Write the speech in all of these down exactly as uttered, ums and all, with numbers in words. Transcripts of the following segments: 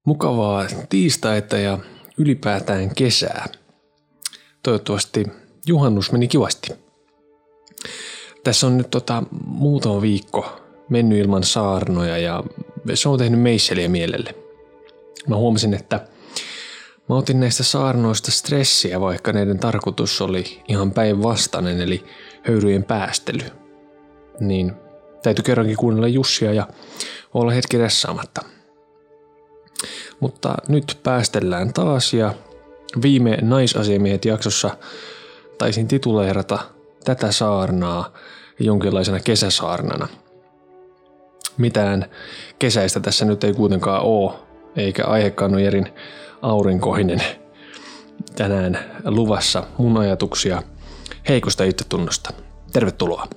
Mukavaa tiistaita ja ylipäätään kesää. Toivottavasti juhannus meni kivasti. Tässä on nyt tota, muutama viikko mennyt ilman saarnoja ja se on tehnyt meisseliä mielelle. Mä huomasin, että mä otin näistä saarnoista stressiä, vaikka näiden tarkoitus oli ihan päinvastainen, eli höyryjen päästely. Niin täytyy kerrankin kuunnella Jussia ja olla hetki ressaamatta. Mutta nyt päästellään taas ja viime Naisasiamiehet jaksossa taisin tituleerata tätä saarnaa jonkinlaisena kesäsaarnana. Mitään kesäistä tässä nyt ei kuitenkaan ole, eikä aihekaan ole järin aurinkoinen. Tänään luvassa mun ajatuksia heikosta itsetunnosta. Tervetuloa!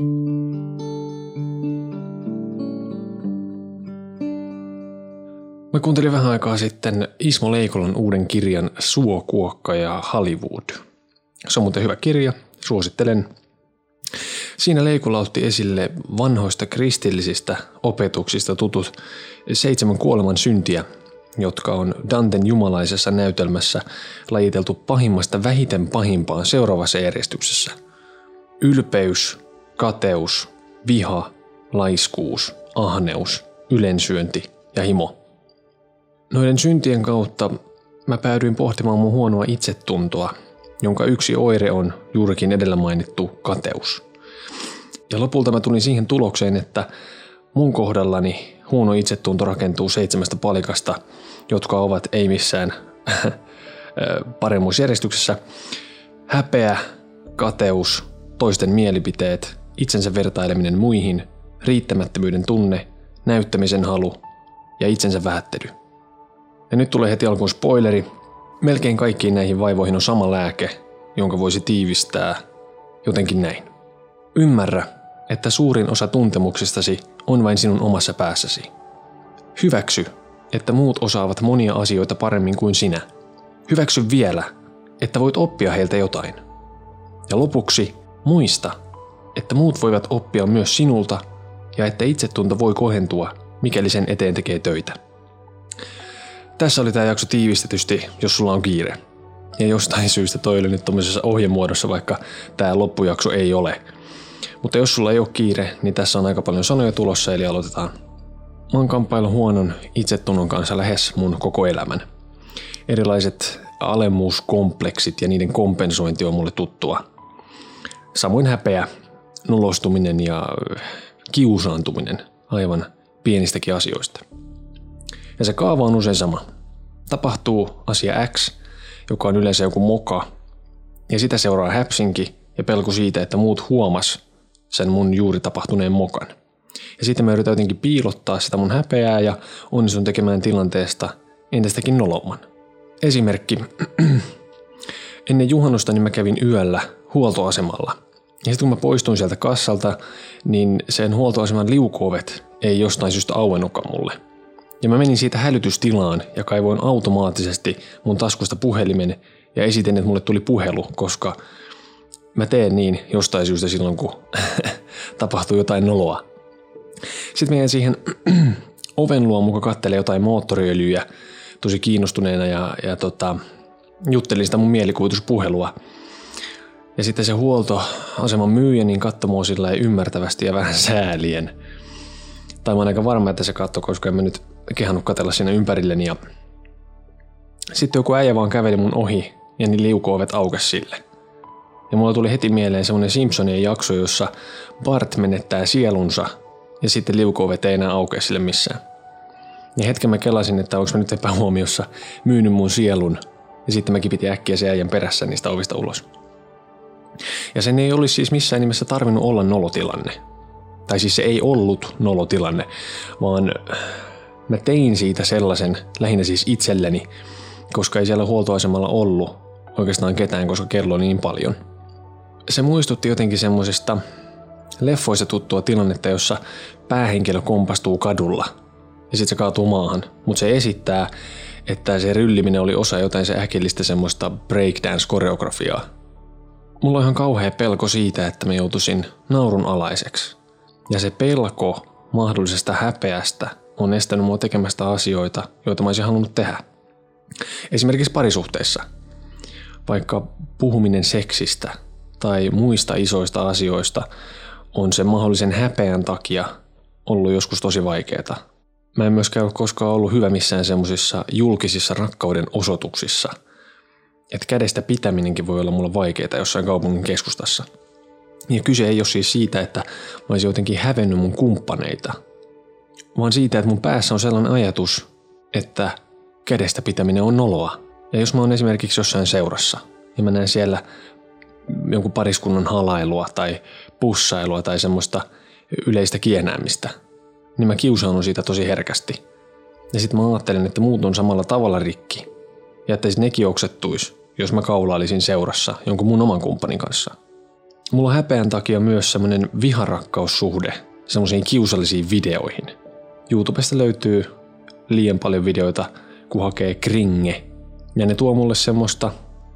Mä kuuntelin vähän aikaa sitten Ismo Leikolan uuden kirjan Suo, Kuokka ja Hollywood. Se on muuten hyvä kirja, suosittelen. Siinä Leikola otti esille vanhoista kristillisistä opetuksista tutut seitsemän kuoleman syntiä, jotka on Danten jumalaisessa näytelmässä lajiteltu pahimmasta vähiten pahimpaan seuraavassa järjestyksessä. Ylpeys, kateus, viha, laiskuus, ahneus, ylensyönti ja himo. Noiden syntien kautta mä päädyin pohtimaan mun huonoa itsetuntoa, jonka yksi oire on juurikin edellä mainittu kateus. Ja lopulta mä tulin siihen tulokseen, että mun kohdallani huono itsetunto rakentuu seitsemästä palikasta, jotka ovat ei missään paremmuusjärjestyksessä. Häpeä, kateus, toisten mielipiteet, itsensä vertaileminen muihin, riittämättömyyden tunne, näyttämisen halu ja itsensä vähättely. Ja nyt tulee heti alkuun spoileri. Melkein kaikkiin näihin vaivoihin on sama lääke, jonka voisi tiivistää jotenkin näin. Ymmärrä, että suurin osa tuntemuksistasi on vain sinun omassa päässäsi. Hyväksy, että muut osaavat monia asioita paremmin kuin sinä. Hyväksy vielä, että voit oppia heiltä jotain. Ja lopuksi muista, että muut voivat oppia myös sinulta ja että itsetunto voi kohentua, mikäli sen eteen tekee töitä. Tässä oli tämä jakso tiivistetysti, jos sulla on kiire. Ja jostain syystä toi oli nyt tommosessa ohjemuodossa, vaikka tämä loppujakso ei ole. Mutta jos sulla ei ole kiire, niin tässä on aika paljon sanoja tulossa, eli aloitetaan. Mä oon kamppailu huonon itsetunnon kanssa lähes mun koko elämän. Erilaiset alemmuuskompleksit ja niiden kompensointi on mulle tuttua. Samoin häpeä, nolostuminen ja kiusaantuminen aivan pienistäkin asioista. Ja se kaava on usein sama. Tapahtuu asia X, joka on yleensä joku moka, ja sitä seuraa häpsinki ja pelko siitä, että muut huomas sen mun juuri tapahtuneen mokan. Ja sitten mä yritän jotenkin piilottaa sitä mun häpeää ja onnistun tekemään tilanteesta entistäkin nolomman. Esimerkki. Ennen juhannusta niin mä kävin yöllä huoltoasemalla. Ja sitten kun mä poistuin sieltä kassalta, niin sen huoltoaseman liukuovet ei jostain syystä auennutkaan mulle. Ja mä menin siitä hälytystilaan ja kaivoin automaattisesti mun taskusta puhelimen ja esitin, että mulle tuli puhelu, koska mä teen niin jostain syystä silloin, kun tapahtuu jotain noloa. Sitten menin siihen oven luo, muka kattelee jotain moottoriöljyjä tosi kiinnostuneena ja, ja tota, juttelin sitä mun mielikuvituspuhelua. Ja sitten se huoltoaseman myyjä niin katsoi mua sillä ymmärtävästi ja vähän säälien. Tai mä oon aika varma, että se katsoi, koska en mä nyt kehannut katsella siinä ympärilleni. Ja sitten joku äijä vaan käveli mun ohi ja niin liukuovet aukesi sille. Ja mulla tuli heti mieleen semmonen Simpsonien jakso, jossa Bart menettää sielunsa ja sitten liukuovet ei enää aukea sille missään. Ja hetken mä kelasin, että onko mä nyt epähuomiossa myynyt mun sielun ja sitten mä kipitin äkkiä se äijän perässä niistä ovista ulos. Ja sen ei olisi siis missään nimessä tarvinnut olla nolotilanne. Tai siis se ei ollut nolotilanne, vaan mä tein siitä sellaisen, lähinnä siis itselleni, koska ei siellä huoltoasemalla ollut oikeastaan ketään, koska kello on niin paljon. Se muistutti jotenkin semmoisesta leffoista tuttua tilannetta, jossa päähenkilö kompastuu kadulla ja sitten se kaatuu maahan, mutta se esittää, että se rylliminen oli osa jotain se äkillistä semmoista breakdance-koreografiaa. Mulla on ihan kauhea pelko siitä, että mä joutuisin naurun alaiseksi. Ja se pelko mahdollisesta häpeästä on estänyt mua tekemästä asioita, joita mä olisin halunnut tehdä. Esimerkiksi parisuhteissa. Vaikka puhuminen seksistä tai muista isoista asioista on sen mahdollisen häpeän takia ollut joskus tosi vaikeaa. Mä en myöskään ole koskaan ollut hyvä missään semmoisissa julkisissa rakkauden osoituksissa, että kädestä pitäminenkin voi olla mulle vaikeaa jossain kaupungin keskustassa. Ja kyse ei ole siis siitä, että mä olisin jotenkin hävennyt mun kumppaneita, vaan siitä, että mun päässä on sellainen ajatus, että kädestä pitäminen on noloa. Ja jos mä oon esimerkiksi jossain seurassa ja mä näen siellä jonkun pariskunnan halailua tai pussailua tai semmoista yleistä kienäämistä, niin mä kiusaannun siitä tosi herkästi. Ja sit mä ajattelen, että muut on samalla tavalla rikki ja että nekin oksettuisi, jos mä kaulailisin seurassa jonkun mun oman kumppanin kanssa. Mulla on häpeän takia myös semmoinen viharakkaussuhde semmoisiin kiusallisiin videoihin. YouTubesta löytyy liian paljon videoita, kun hakee kringe. Ja ne tuo mulle semmoista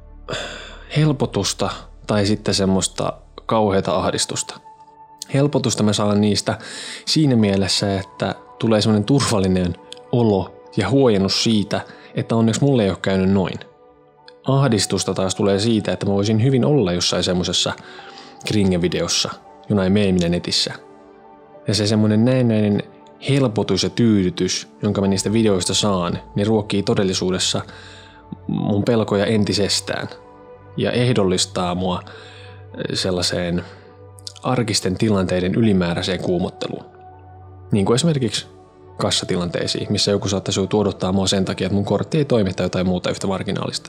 helpotusta tai sitten semmoista kauheata ahdistusta. Helpotusta mä saan niistä siinä mielessä, että tulee semmoinen turvallinen olo ja huojennus siitä, että onneksi mulle ei ole käynyt noin. Ahdistusta taas tulee siitä, että mä voisin hyvin olla jossain semmoisessa kringe-videossa, jonain meeminen netissä. Ja se semmoinen näennäinen helpotus ja tyydytys, jonka mä niistä videoista saan, niin ruokkii todellisuudessa mun pelkoja entisestään ja ehdollistaa mua sellaiseen arkisten tilanteiden ylimääräiseen kuumotteluun. Niin kuin esimerkiksi kassatilanteisiin, missä joku saattaisi joutua odottaa mua sen takia, että mun kortti ei toimi tai jotain muuta yhtä marginaalista.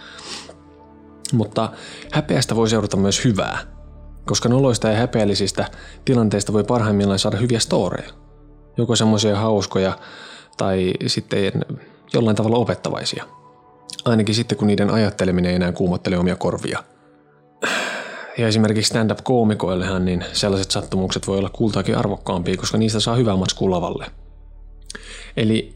Mutta häpeästä voi seurata myös hyvää, koska noloista ja häpeällisistä tilanteista voi parhaimmillaan saada hyviä storeja. Joko semmoisia hauskoja tai sitten jollain tavalla opettavaisia. Ainakin sitten, kun niiden ajatteleminen ei enää kuumottele omia korvia. Ja esimerkiksi stand-up-koomikoillehan niin sellaiset sattumukset voi olla kultaakin arvokkaampia, koska niistä saa hyvää matskua lavalle. Eli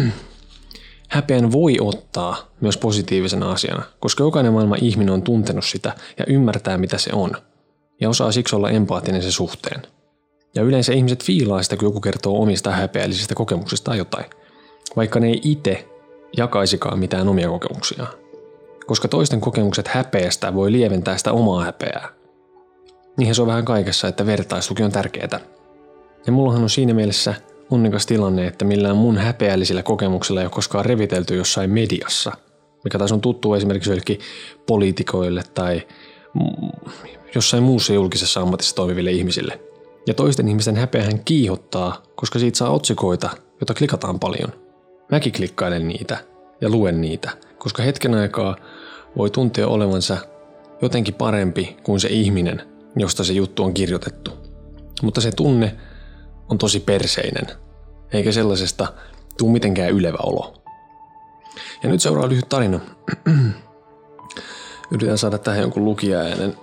häpeän voi ottaa myös positiivisena asiana, koska jokainen maailman ihminen on tuntenut sitä ja ymmärtää, mitä se on. Ja osaa siksi olla empaattinen sen suhteen. Ja yleensä ihmiset fiilaa sitä, kun joku kertoo omista häpeällisistä kokemuksistaan jotain, vaikka ne ei itse jakaisikaan mitään omia kokemuksiaan. Koska toisten kokemukset häpeästä voi lieventää sitä omaa häpeää. Niinhän se on vähän kaikessa, että vertaistuki on tärkeää. Ja mullahan on siinä mielessä onnekas tilanne, että millään mun häpeällisillä kokemuksilla ei ole koskaan revitelty jossain mediassa, mikä taas on tuttu esimerkiksi joillekin poliitikoille tai jossain muussa julkisessa ammatissa toimiville ihmisille. Ja toisten ihmisten häpeähän kiihottaa, koska siitä saa otsikoita, joita klikataan paljon. Mäkin klikkailen niitä ja luen niitä, koska hetken aikaa voi tuntea olevansa jotenkin parempi kuin se ihminen, josta se juttu on kirjoitettu. Mutta se tunne on tosi perseinen, eikä sellaisesta tuu mitenkään ylevä olo. Ja nyt seuraa lyhyt tarina. Yritän saada tähän jonkun lukijaäänen.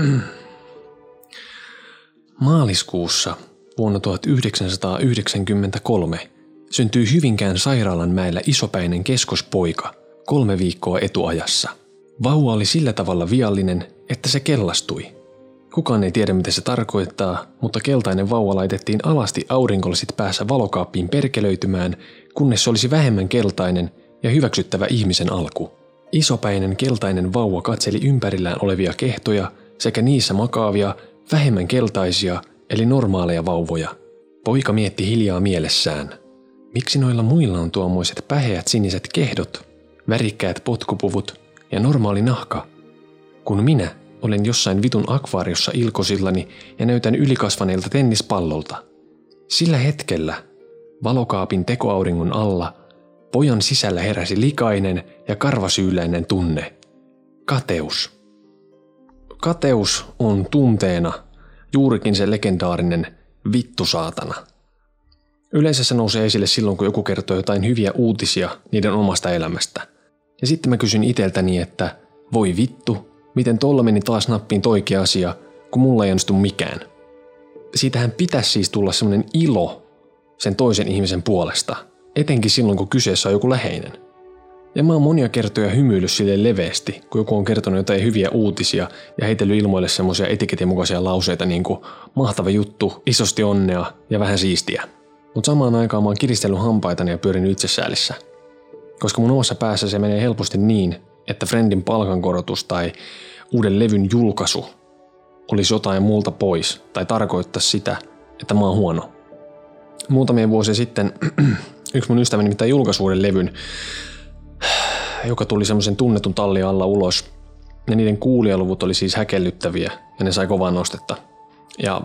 Maaliskuussa vuonna tuhatyhdeksänsataayhdeksänkymmentäkolme syntyi Hyvinkään Sairaalanmäellä isopäinen keskospoika kolme viikkoa etuajassa. Vauva oli sillä tavalla viallinen, että se kellastui. Kukaan ei tiedä, mitä se tarkoittaa, mutta keltainen vauva laitettiin alasti aurinkolasit päässä valokaappiin perkelöitymään, kunnes se olisi vähemmän keltainen ja hyväksyttävä ihmisen alku. Isopäinen keltainen vauva katseli ympärillään olevia kehtoja sekä niissä makaavia, vähemmän keltaisia eli normaaleja vauvoja. Poika mietti hiljaa mielessään. Miksi noilla muilla on tuommoiset päheät siniset kehdot, värikkäät potkupuvut ja normaali nahka? Kun minä olen jossain vitun akvaariossa ilkosillani ja näytän ylikasvaneelta tennispallolta. Sillä hetkellä, valokaapin tekoauringon alla, pojan sisällä heräsi likainen ja karvasyyläinen tunne. Kateus. Kateus on tunteena juurikin se legendaarinen vittu saatana. Yleensä se nousee esille silloin, kun joku kertoo jotain hyviä uutisia niiden omasta elämästä. Ja sitten mä kysyn iteltäni, että voi vittu, miten tolla meni taas nappiin toikin asia, kun mulla ei onnistu mikään. Siitähän pitäisi siis tulla semmoinen ilo sen toisen ihmisen puolesta, etenkin silloin, kun kyseessä on joku läheinen. Ja mä oon monia kertoja hymyillyt silleen leveästi, kun joku on kertonut jotain hyviä uutisia ja heitellyt ilmoille semmoisia etiketin mukaisia lauseita niin kuin mahtava juttu, isosti onnea ja vähän siistiä. Mutta samaan aikaan mä oon kiristellyt hampaitani ja pyörinyt itsesäälissä. Koska mun omassa päässä se menee helposti niin, että Friendin palkankorotus tai uuden levyn julkaisu olisi jotain multa pois tai tarkoittaisi sitä, että mä oon huono. Muutamia vuosia sitten yksi mun ystäväni nimittäin julkaisi uuden levyn, joka tuli semmoisen tunnetun tallin alla ulos. Ja niiden kuulijaluvut oli siis häkellyttäviä ja ne sai kovaa nostetta. Ja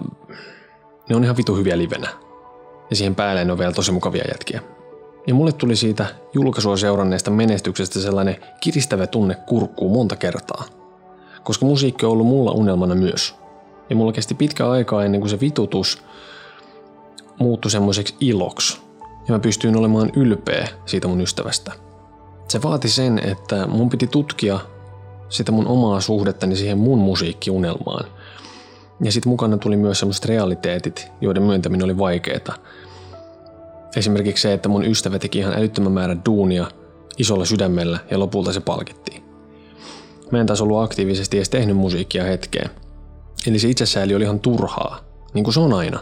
ne on ihan vitu hyviä livenä. Ja siihen päälle ne on vielä tosi mukavia jätkiä. Ja mulle tuli siitä julkaisua seuranneesta menestyksestä sellainen kiristävä tunne kurkkuun monta kertaa. Koska musiikki on ollut mulla unelmana myös. Ja mulla kesti pitkä aikaa ennen kuin se vitutus muuttui semmoiseksi iloksi. Ja mä pystyin olemaan ylpeä siitä mun ystävästä. Se vaati sen, että mun piti tutkia sitä mun omaa suhdettani siihen mun musiikkiunelmaan. Ja sit mukana tuli myös semmoiset realiteetit, joiden myöntäminen oli vaikeeta. Esimerkiksi se, että mun ystävä teki ihan älyttömän määrän duunia isolla sydämellä ja lopulta se palkittiin. Mä en taas ollut aktiivisesti edes tehnyt musiikkia hetkeen. Eli se itsesääli oli ihan turhaa, niin kuin se on aina.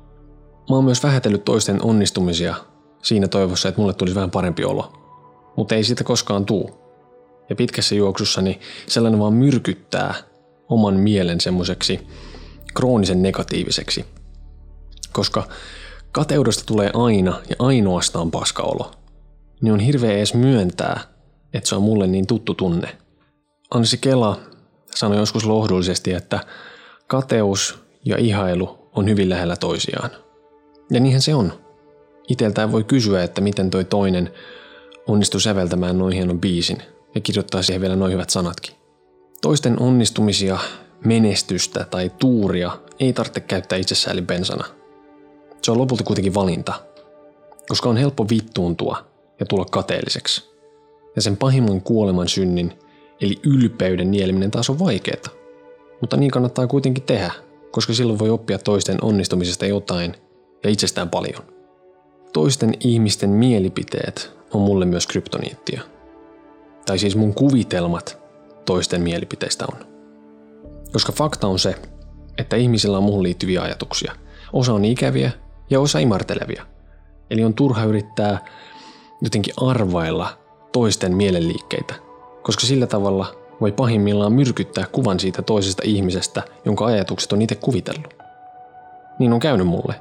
Mä oon myös vähätellyt toisten onnistumisia siinä toivossa, että mulle tulisi vähän parempi olo. Mutta ei siitä koskaan tuu. Ja pitkässä juoksussa niin sellainen vaan myrkyttää oman mielen semmoiseksi kroonisen negatiiviseksi. Koska kateudesta tulee aina ja ainoastaan paskaolo, niin on hirveä edes myöntää, että se on mulle niin tuttu tunne. Anssi Kela sanoi joskus lohdullisesti, että kateus ja ihailu on hyvin lähellä toisiaan. Ja niinhän se on. Iteltään voi kysyä, että miten toi toinen onnistui säveltämään noin hienon biisin ja kirjoittaa siihen vielä noin hyvät sanatkin. Toisten onnistumisia, menestystä tai tuuria ei tarvitse käyttää itsessäälin bensana. Se on lopulta kuitenkin valinta, koska on helppo vittuuntua ja tulla kateelliseksi. Ja sen pahimman kuoleman synnin, eli ylpeyden nieleminen taas on vaikeaa. Mutta niin kannattaa kuitenkin tehdä, koska silloin voi oppia toisten onnistumisesta jotain ja itsestään paljon. Toisten ihmisten mielipiteet on mulle myös kryptoniittia. Tai siis mun kuvitelmat toisten mielipiteistä on. Koska fakta on se, että ihmisillä on muuhun liittyviä ajatuksia. Osa on ikäviä ja osa imartelevia. Eli on turha yrittää jotenkin arvailla toisten mielenliikkeitä, koska sillä tavalla voi pahimmillaan myrkyttää kuvan siitä toisesta ihmisestä, jonka ajatukset on itse kuvitellut. Niin on käynyt mulle.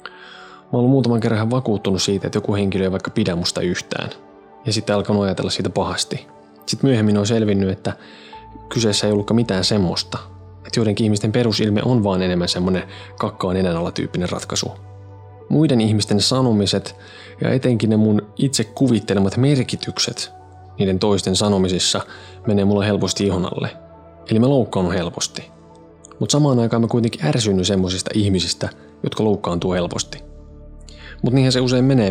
Mä oon ollut muutaman kerran ihan vakuuttunut siitä, että joku henkilö ei vaikka pidä musta yhtään. Ja sitten alkanut ajatella siitä pahasti. Sitten myöhemmin on selvinnyt, että kyseessä ei ollutkaan mitään semmoista. Että joidenkin ihmisten perusilme on vaan enemmän semmoinen kakkaan nenän alla tyyppinen ratkaisu. Muiden ihmisten sanomiset ja etenkin ne mun itse kuvittelemat merkitykset niiden toisten sanomisissa menee mulla helposti ihon alle. Eli mä loukkaannut helposti. Mutta samaan aikaan mä kuitenkin ärsynnyt semmoisista ihmisistä, jotka loukkaantuu helposti. Mutta niinhän se usein menee,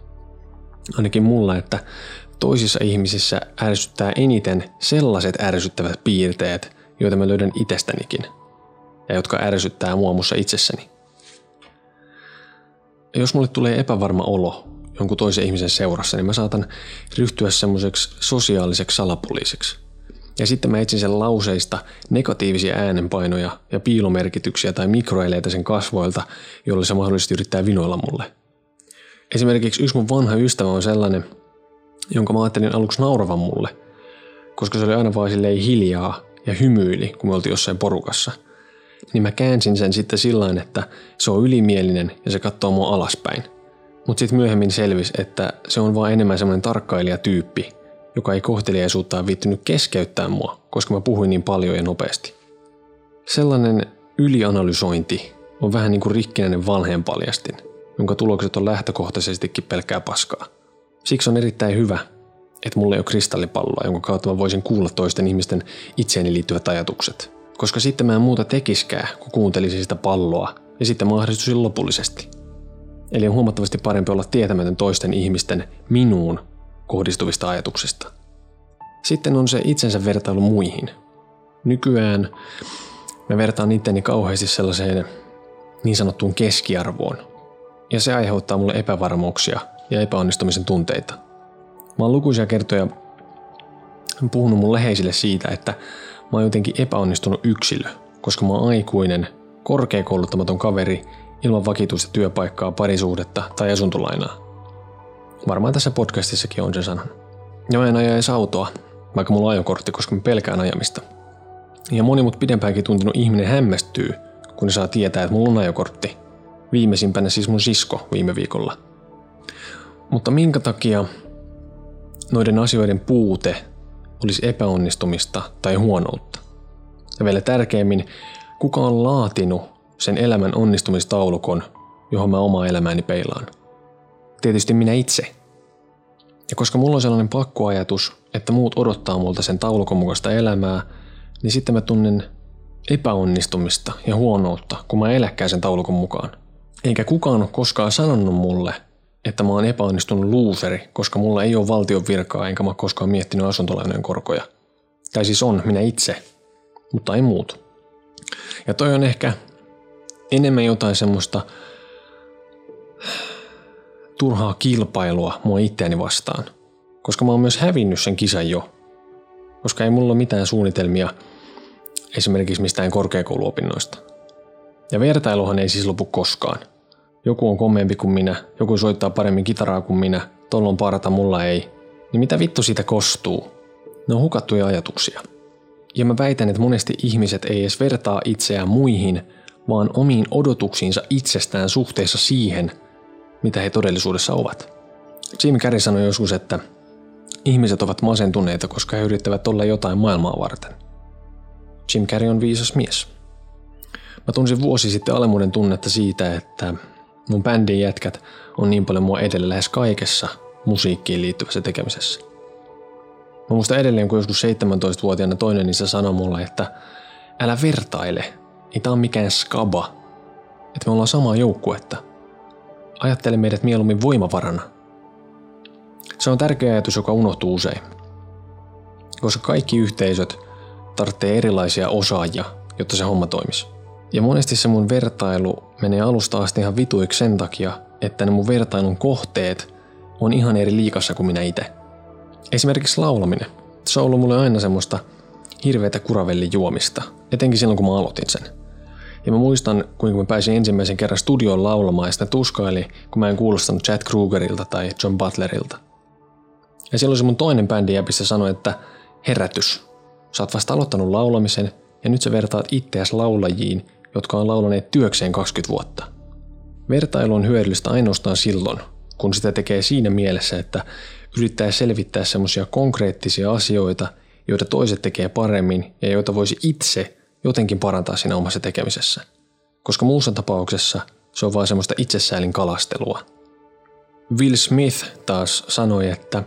ainakin mulla, että toisissa ihmisissä ärsyttää eniten sellaiset ärsyttävät piirteet, joita mä löydän itsestänikin, ja jotka ärsyttää mua mussa itsessäni. Ja jos mulle tulee epävarma olo jonkun toisen ihmisen seurassa, niin mä saatan ryhtyä semmoiseksi sosiaaliseksi salapoliisiksi. Ja sitten mä etsin sen lauseista negatiivisia äänenpainoja ja piilomerkityksiä tai mikroeleitä sen kasvoilta, joilla se mahdollisesti yrittää vinoilla mulle. Esimerkiksi yksi mun vanha ystävä on sellainen, jonka mä ajattelin aluksi nauravan mulle, koska se oli aina vaan silleen hiljaa ja hymyili, kun me oltiin jossain porukassa. Niin mä käänsin sen sitten sillain, että se on ylimielinen ja se katsoo mua alaspäin. Mutta sitten myöhemmin selvisi, että se on vaan enemmän semmoinen tarkkailijatyyppi, joka ei kohteliaisuuttaan viittynyt keskeyttää mua, koska mä puhuin niin paljon ja nopeasti. Sellainen ylianalysointi on vähän niin kuin rikkinäinen valheenpaljastin, jonka tulokset on lähtökohtaisestikin pelkkää paskaa. Siksi on erittäin hyvä, että mulla ei ole kristallipalloa, jonka kautta mä voisin kuulla toisten ihmisten itseeni liittyvät ajatukset. Koska sitten mä en muuta tekiskään, kun kuuntelisin sitä palloa ja sitten mä ahdistuisin lopullisesti. Eli on huomattavasti parempi olla tietämätön toisten ihmisten minuun kohdistuvista ajatuksista. Sitten on se itsensä vertailu muihin. Nykyään mä vertaan itteni kauheasti sellaiseen niin sanottuun keskiarvoon. Ja se aiheuttaa mulle epävarmuuksia ja epäonnistumisen tunteita. Mä oon lukuisia kertoja puhunut mun läheisille siitä, että mä oon jotenkin epäonnistunut yksilö, koska mä oon aikuinen, korkeakouluttamaton kaveri, ilman vakituista työpaikkaa, parisuhdetta tai asuntolainaa. Varmaan tässä podcastissakin on sen sanon. Ja mä en aja edes autoa, vaikka mulla on ajokortti, koska mä pelkään ajamista. Ja moni mut pidempäänkin tuntenut ihminen hämmästyy, kun ne saa tietää, että mulla on ajokortti. Viimeisimpänä siis mun sisko viime viikolla. Mutta minkä takia noiden asioiden puute olisi epäonnistumista tai huonoutta? Ja vielä tärkeämmin, kuka on laatinut sen elämän onnistumistaulukon, johon mä omaa elämääni peilaan? Tietysti minä itse. Ja koska mulla on sellainen pakkoajatus, että muut odottaa multa sen taulukon mukaista elämää, niin sitten mä tunnen epäonnistumista ja huonoutta, kun mä eläkään sen taulukon mukaan. Eikä kukaan ole koskaan sanonut mulle, että mä oon epäonnistunut luuseri, koska mulla ei ole valtion virkaa, enkä mä ole koskaan miettinyt asuntolainojen korkoja. Tai siis on, minä itse, mutta ei muut. Ja toi on ehkä enemmän jotain semmoista turhaa kilpailua mua itseäni vastaan, koska mä oon myös hävinnyt sen kisan jo, koska ei mulla ole mitään suunnitelmia esimerkiksi mistään korkeakouluopinnoista. Ja vertailuhan ei siis lopu koskaan. Joku on komeampi kuin minä, joku soittaa paremmin kitaraa kuin minä, tolla on parata, mulla ei. Niin mitä vittu siitä kostuu? Ne on hukattuja ajatuksia. Ja mä väitän, että monesti ihmiset ei edes vertaa itseään muihin, vaan omiin odotuksiinsa itsestään suhteessa siihen, mitä he todellisuudessa ovat. Jim Carrey sanoi joskus, että ihmiset ovat masentuneita, koska he yrittävät olla jotain maailmaa varten. Jim Carrey on viisas mies. Mä tunsin vuosi sitten alemmuuden tunnetta siitä, että mun bändin jätkät on niin paljon mua edellä lähes kaikessa musiikkiin liittyvässä tekemisessä. Mä muistan edelleen, kun joskus seitsemäntoistavuotiaana toinen niissä sanoi mulle, että älä vertaile, ei tää on mikään skaba, että me ollaan samaa joukkuetta. Ajattele meidät mieluummin voimavarana. Se on tärkeä ajatus, joka unohtuu usein. Koska kaikki yhteisöt tarvitsee erilaisia osaajia, jotta se homma toimisi. Ja monesti se mun vertailu menee alusta asti ihan vituiksi sen takia, että ne mun vertailun kohteet on ihan eri liikassa kuin minä itse. Esimerkiksi laulaminen. Se on ollut mulle aina semmoista hirveätä kuravellin juomista, etenkin silloin kun mä aloitin sen. Ja mä muistan, kuinka mä pääsin ensimmäisen kerran studioon laulamaan ja sitä tuskaili, kun mä en kuulostanut Chad Krugerilta tai John Butlerilta. Ja silloin se mun toinen bändi jäpissä sanoi, että herätys, sä oot vasta aloittanut laulamisen ja nyt sä vertaat itseäsi laulajiin, jotka on laulaneet työkseen kaksikymmentä vuotta. Vertailu on hyödyllistä ainoastaan silloin, kun sitä tekee siinä mielessä, että yrittää selvittää semmoisia konkreettisia asioita, joita toiset tekee paremmin ja joita voisi itse jotenkin parantaa siinä omassa tekemisessä. Koska muussa tapauksessa se on vaan semmoista itsesäälin kalastelua. Will Smith taas sanoi, että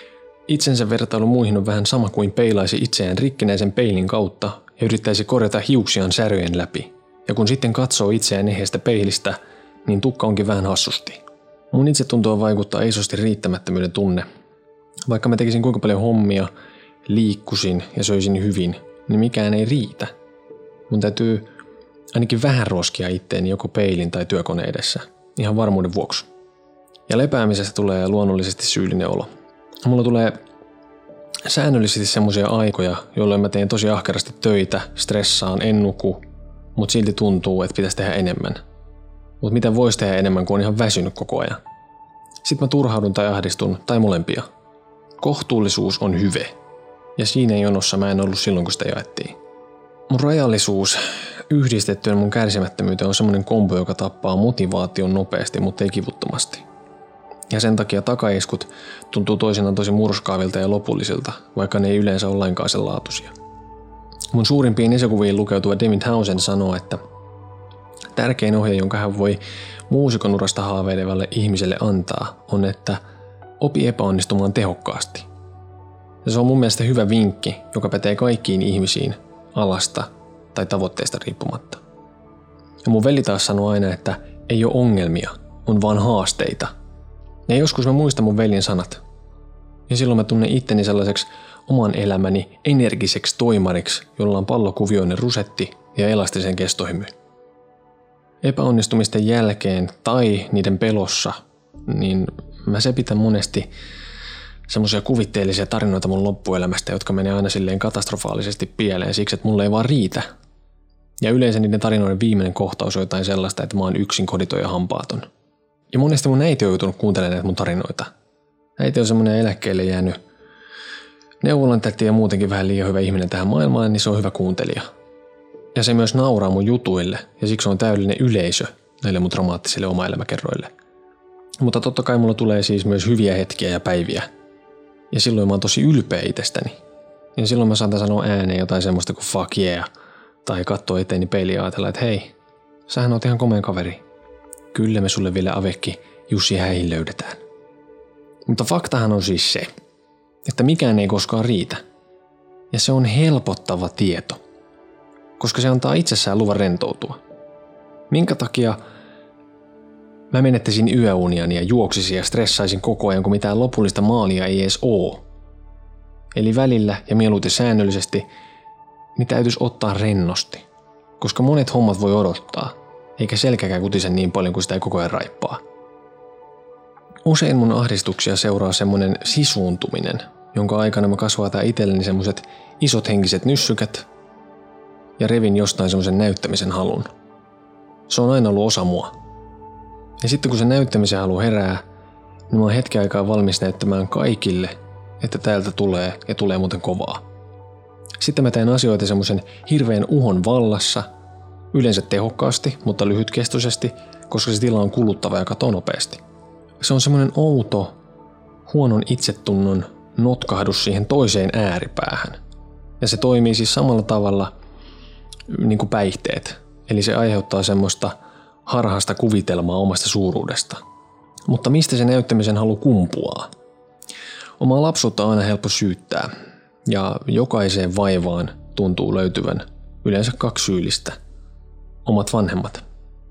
itsensä vertailu muihin on vähän sama kuin peilaisi itseään rikkinäisen peilin kautta ja yrittäisi korjata hiuksiaan säröjen läpi. Ja kun sitten katsoo itseään eheestä peilistä, niin tukka onkin vähän hassusti. Mun itsetuntoa vaikuttaa isosti riittämättömyyden tunne. Vaikka mä tekisin kuinka paljon hommia, liikkusin ja söisin hyvin, niin mikään ei riitä. Mun täytyy ainakin vähän ruoskia itteeni joko peilin tai työkone edessä, ihan varmuuden vuoksi. Ja lepäämisestä tulee luonnollisesti syyllinen olo. Mulla tulee säännöllisesti semmoisia aikoja, jolloin mä teen tosi ahkerasti töitä, stressaan, en nuku, mutta silti tuntuu, että pitäisi tehdä enemmän. Mutta mitä voisi tehdä enemmän, kun on ihan väsynyt koko ajan? Sitten mä turhaudun tai ahdistun, tai molempia. Kohtuullisuus on hyve. Ja siinä jonossa mä en ollut silloin, kun sitä jaettiin. Mun rajallisuus yhdistettynä mun kärsimättömyyteen on semmoinen kombo, joka tappaa motivaation nopeasti, mutta ei kivuttomasti. Ja sen takia takaiskut tuntuu toisinaan tosi murskaavilta ja lopullisilta, vaikka ne ei yleensä ole lainkaan sen laatuisia. Mun suurimpiin isäkuviin lukeutuva David Townsend sanoo, että tärkein ohje, jonka hän voi muusikon urasta haaveilevalle ihmiselle antaa, on, että opi epäonnistumaan tehokkaasti. Ja se on mun mielestä hyvä vinkki, joka pätee kaikkiin ihmisiin, alasta tai tavoitteesta riippumatta. Ja mun veli taas sanoo aina, että ei ole ongelmia, on vaan haasteita. Ja joskus mä muistan mun veljen sanat. Ja silloin mä tunnen itteni sellaiseksi oman elämäni energiseksi toimariksi, jolla on pallokuvioinen rusetti ja elastisen kestohymy. Epäonnistumisten jälkeen tai niiden pelossa, niin mä sepitän monesti semmoisia kuvitteellisia tarinoita mun loppuelämästä, jotka menee aina silleen katastrofaalisesti pieleen siksi, että mulle ei vaan riitä. Ja yleensä niiden tarinoiden viimeinen kohtaus on jotain sellaista, että mä oon yksin koditon ja hampaaton. Ja monesti mun äiti on joutunut kuuntelemaan näitä mun tarinoita. Äiti on semmoinen eläkkeelle jäänyt neuvolan täti ja muutenkin vähän liian hyvä ihminen tähän maailmaan, niin se on hyvä kuuntelija. Ja se myös nauraa mun jutuille, ja siksi on täydellinen yleisö näille mun dramaattisille oma-elämäkerroille. Mutta totta kai mulla tulee siis myös hyviä hetkiä ja päiviä. Ja silloin mä oon tosi ylpeä itsestäni. Ja silloin mä saatan sanoa ääneen jotain semmoista kuin fuck yeah, tai katsoa eteeni peiliin ja ajatella, että hei, sähän oot ihan komea kaveri. Kyllä me sulle vielä avekki Jussi Häihin löydetään. Mutta faktahan on siis se, että mikään ei koskaan riitä. Ja se on helpottava tieto, koska se antaa itsessään luvan rentoutua. Minkä takia mä menettäisin yöuniani ja juoksisin ja stressaisin koko ajan, kun mitään lopullista maalia ei edes oo. Eli välillä ja mieluiten säännöllisesti, niin täytyisi ottaa rennosti, koska monet hommat voi odottaa, eikä selkäkään kutise niin paljon kuin sitä ei koko ajan raippaa. Usein mun ahdistuksia seuraa semmonen sisuuntuminen, jonka aikana mä kasvataan itselleni semmoset isot henkiset nyssykät ja revin jostain semmosen näyttämisen halun. Se on aina ollut osa mua. Ja sitten kun se näyttämisen halu herää, niin mä oon hetken aikaa valmis näyttämään kaikille, että täältä tulee ja tulee muuten kovaa. Sitten mä teen asioita semmoisen hirveän uhon vallassa, yleensä tehokkaasti, mutta lyhytkestoisesti, koska se tila on kuluttava ja katoo nopeasti. Se on semmoinen outo, huonon itsetunnon notkahdus siihen toiseen ääripäähän. Ja se toimii siis samalla tavalla niin kuin päihteet. Eli se aiheuttaa semmoista harhaista kuvitelmaa omasta suuruudesta. Mutta mistä se näyttämisen halu kumpuaa? Omaa lapsuutta on aina helppo syyttää. Ja jokaiseen vaivaan tuntuu löytyvän yleensä kaksi syyllistä. Omat vanhemmat.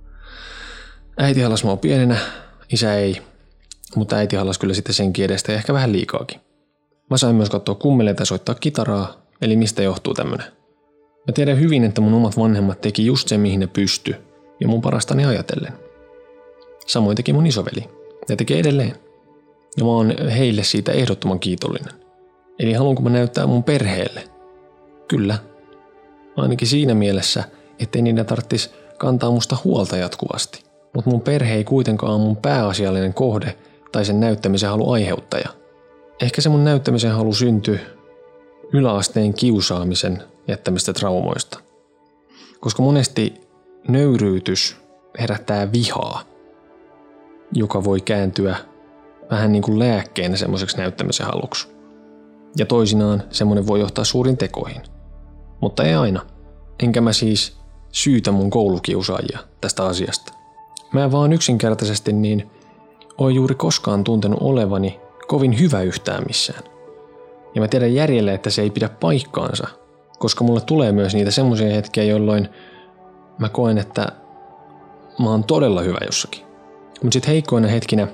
Äiti halasi mua pienenä, isä ei. Mutta äiti halasi kyllä sitten senkin edestä ja ehkä vähän liikaakin. Mä sain myös katsoa kummeleita ja soittaa kitaraa, eli mistä johtuu tämmönen. Mä tiedän hyvin, että mun omat vanhemmat teki just sen, mihin ne pysty, ja mun parastani ajatellen. Samoin teki mun isoveli, ja tekee edelleen. Ja mä oon heille siitä ehdottoman kiitollinen. Eli haluanko mä näyttää mun perheelle? Kyllä. Ainakin siinä mielessä, ettei niiden tarvitsisi kantaa musta huolta jatkuvasti. Mutta mun perhe ei kuitenkaan ole mun pääasiallinen kohde tai sen näyttämisen halu aiheuttaja. Ehkä se mun näyttämisen halu syntyi yläasteen kiusaamisen jättämistä traumoista. Koska monesti nöyryytys herättää vihaa, joka voi kääntyä vähän niin kuin lääkkeenä semmoiseksi näyttämisen haluksi. Ja toisinaan semmoinen voi johtaa suuriin tekoihin. Mutta ei aina. Enkä mä siis syytä mun koulukiusaajia tästä asiasta. Mä vaan yksinkertaisesti niin oon juuri koskaan tuntenut olevani kovin hyvä yhtään missään. Ja mä tiedän järjellä, että se ei pidä paikkaansa, koska mulle tulee myös niitä semmoisia hetkiä, jolloin mä koen, että mä oon todella hyvä jossakin. Mutta sit heikkoina hetkinä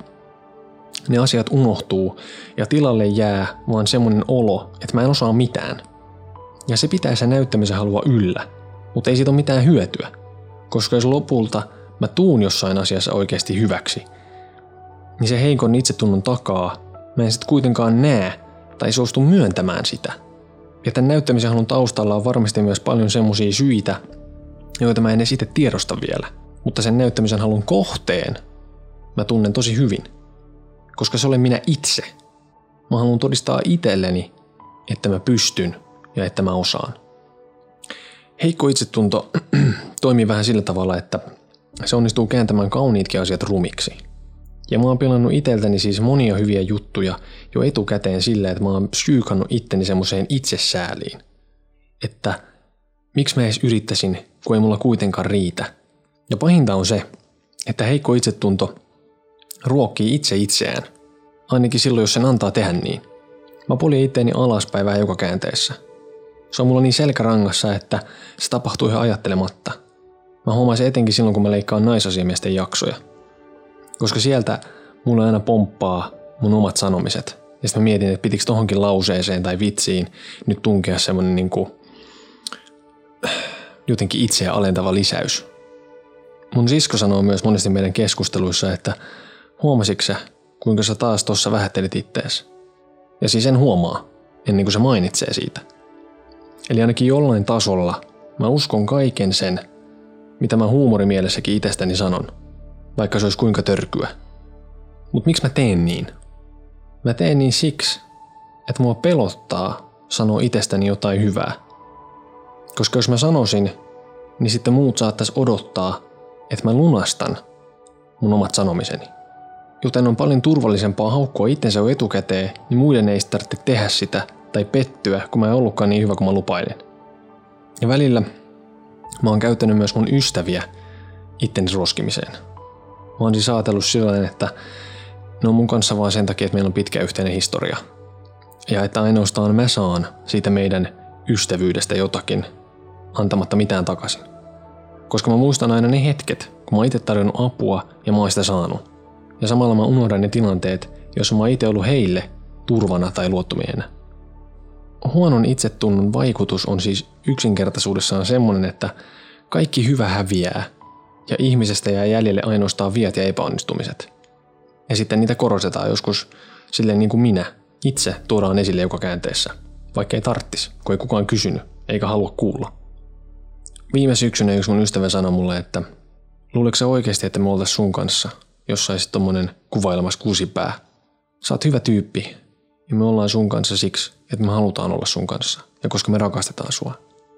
ne asiat unohtuu ja tilalle jää vaan semmoinen olo, että mä en osaa mitään. Ja se pitää sen näyttämisen halua yllä, mutta ei siitä ole mitään hyötyä, koska jos lopulta mä tuun jossain asiassa oikeasti hyväksi, niin se heikon itsetunnon takaa mä en sit kuitenkaan näe tai suostu myöntämään sitä. Ja tämän näyttämisen halun taustalla on varmasti myös paljon semmosia syitä, joita mä en edes itse tiedosta vielä. Mutta sen näyttämisen halun kohteen mä tunnen tosi hyvin, koska se olen minä itse. Mä haluan todistaa itselleni, että mä pystyn ja että mä osaan. Heikko itsetunto toimii vähän sillä tavalla, että se onnistuu kääntämään kauniitkin asiat rumiksi. Ja mä oon pilannut iteltäni siis monia hyviä juttuja jo etukäteen sillä, että mä oon psyykannut itteni semmoiseen itsesääliin. Että miksi mä edes yrittäisin, kun ei mulla kuitenkaan riitä. Ja pahinta on se, että heikko itsetunto ruokkii itse itseään. Ainakin silloin, jos sen antaa tehdä niin. Mä poljen itteeni alaspäin vähän joka käänteessä. Se on mulla niin selkärangassa, että se tapahtuu ihan ajattelematta. Mä huomaan se etenkin silloin, kun mä leikkaan naisasiamiesten jaksoja. Koska sieltä mulla aina pomppaa mun omat sanomiset. Ja sitten mä mietin, että pitikö tohonkin lauseeseen tai vitsiin nyt tunkea semmonen niinku jotenkin itseä alentava lisäys. Mun sisko sanoo myös monesti meidän keskusteluissa, että huomasitko sä, kuinka sä taas tossa vähättelit ittees? Ja siis en huomaa, ennen kuin se mainitsee siitä. Eli ainakin jollain tasolla Mä uskon kaiken sen, mitä mä huumorimielessäkin itsestäni sanon, vaikka se olisi kuinka törkyä. Mut miksi mä teen niin? Mä teen niin siksi, että mua pelottaa sanoa itsestäni jotain hyvää. Koska jos mä sanoisin, niin sitten muut saattais odottaa, että mä lunastan mun omat sanomiseni. Joten on paljon turvallisempaa haukkua itsensä jo etukäteen, niin muiden ei tarvitse tehdä sitä tai pettyä, kun mä en ollutkaan niin hyvä kuin mä lupailin. Ja välillä mä oon käyttänyt myös mun ystäviä itteni roskimiseen. Mä oon siis ajatellut sillä että ne on mun kanssa vaan sen takia, että meillä on pitkä yhteinen historia. Ja että ainoastaan mä saan siitä meidän ystävyydestä jotakin, antamatta mitään takaisin. Koska mä muistan aina ne hetket, kun mä oon itse tarjonnut apua ja mä oon sitä saanut. Ja samalla mä unohdan ne tilanteet, joissa mä oon itse ollut heille turvana tai luottomiehenä. Huonon itsetunnon vaikutus on siis yksinkertaisuudessaan semmoinen, että kaikki hyvä häviää ja ihmisestä jää jäljelle ainoastaan viat ja epäonnistumiset. Ja sitten niitä korostetaan joskus silleen niin kuin minä itse tuodaan esille joka käänteessä, vaikka ei tarttis, kun ei kukaan kysynyt eikä halua kuulla. Viime syksynä yksi mun ystävä sanoi mulle, että luuletko sä oikeasti, että me oltais sun kanssa, jos saisit tommonen kuvailemas kusipää? Sä oot hyvä tyyppi ja me ollaan sun kanssa siksi, että me halutaan olla sun kanssa ja koska me rakastetaan sua.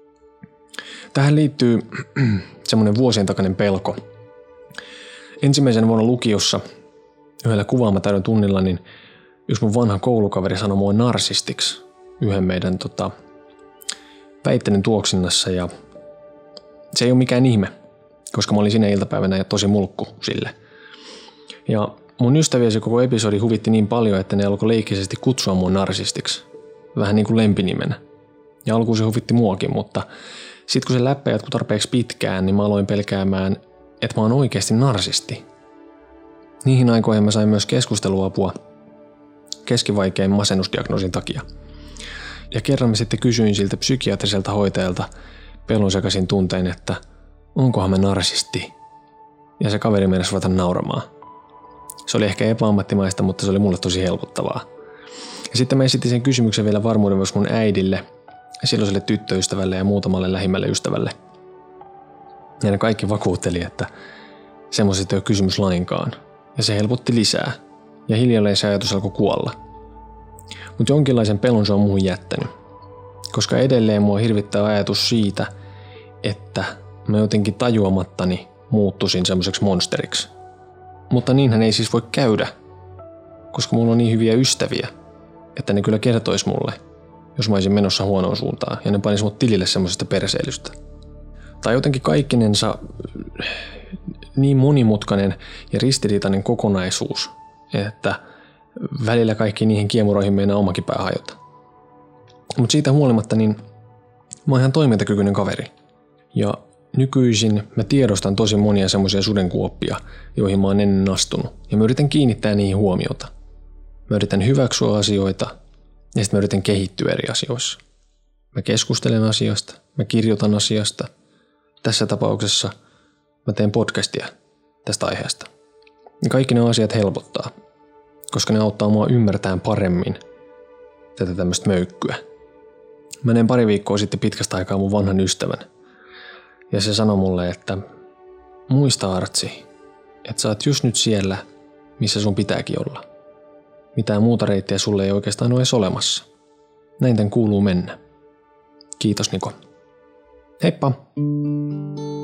Tähän liittyy semmoinen vuosien takainen pelko. Ensimmäisen vuonna lukiossa yhdellä kuvaamataidon tunnilla niin yksi mun vanha koulukaveri sanoi mua narsistiksi yhden meidän tota, väittelyn tuoksinnassa ja se ei ole mikään ihme, koska mä olin siinä iltapäivänä tosi mulkku sille. Ja mun ystäviä se koko episodi huvitti niin paljon, että ne alkoi leikkisesti kutsua mua narsistiksi. Vähän niin kuin lempinimenä. Ja alkuun se huvitti muakin, mutta sit kun se läppä jatkui tarpeeksi pitkään, niin mä aloin pelkäämään, että mä oon oikeasti narsisti. Niihin aikoihin mä sain myös keskusteluapua keskivaikean masennusdiagnoosin takia. Ja kerran mä sitten kysyin siltä psykiatriselta hoitajalta pelon sekaisin tuntein, että onkohan mä narsisti. Ja se kaveri meinasi ruveta nauramaan. Se oli ehkä epäammattimaista, mutta se oli mulle tosi helpottavaa. Ja sitten mä esitin sen kysymyksen vielä varmuuden myös mun äidille, silloiselle tyttöystävälle ja muutamalle lähimmälle ystävälle. Ja ne kaikki vakuutteli, että semmoisesta ei ole kysymys lainkaan. Ja se helpotti lisää. Ja hiljalleen se ajatus alkoi kuolla. Mutta jonkinlaisen pelon se on muuhun jättänyt. Koska edelleen mua hirvittää ajatus siitä, että mä jotenkin tajuamattani muuttuisin semmoiseksi monsteriksi. Mutta niinhän ei siis voi käydä, koska mulla on niin hyviä ystäviä, että ne kyllä kertois mulle, jos mä olisin menossa huonoon suuntaan ja ne panis mut tilille semmoisesta perseilystä. Tai jotenkin kaikkinensa niin monimutkainen ja ristiriitainen kokonaisuus, että välillä kaikki niihin kiemuroihin meinaa omakin pää hajota. Mutta siitä huolimatta niin mä oon ihan toimintakykyinen kaveri. Ja nykyisin mä tiedostan tosi monia semmoisia sudenkuoppia, joihin mä oon ennen astunut. Ja mä yritän kiinnittää niihin huomiota. Mä yritän hyväksyä asioita ja sitten mä yritän kehittyä eri asioissa. Mä keskustelen asiasta, mä kirjoitan asiasta. Tässä tapauksessa mä teen podcastia tästä aiheesta. Ja kaikki ne asiat helpottaa, koska ne auttaa mua ymmärtämään paremmin tätä tämmöistä möykkyä. Mä näin pari viikkoa sitten pitkästä aikaa mun vanhan ystävän. Ja se sanoi mulle, että muista Artsi, että sä oot just nyt siellä, missä sun pitääkin olla. Mitään muuta reittiä sulle ei oikeastaan ole edes olemassa. Näin tän kuuluu mennä. Kiitos Niko. Heippa!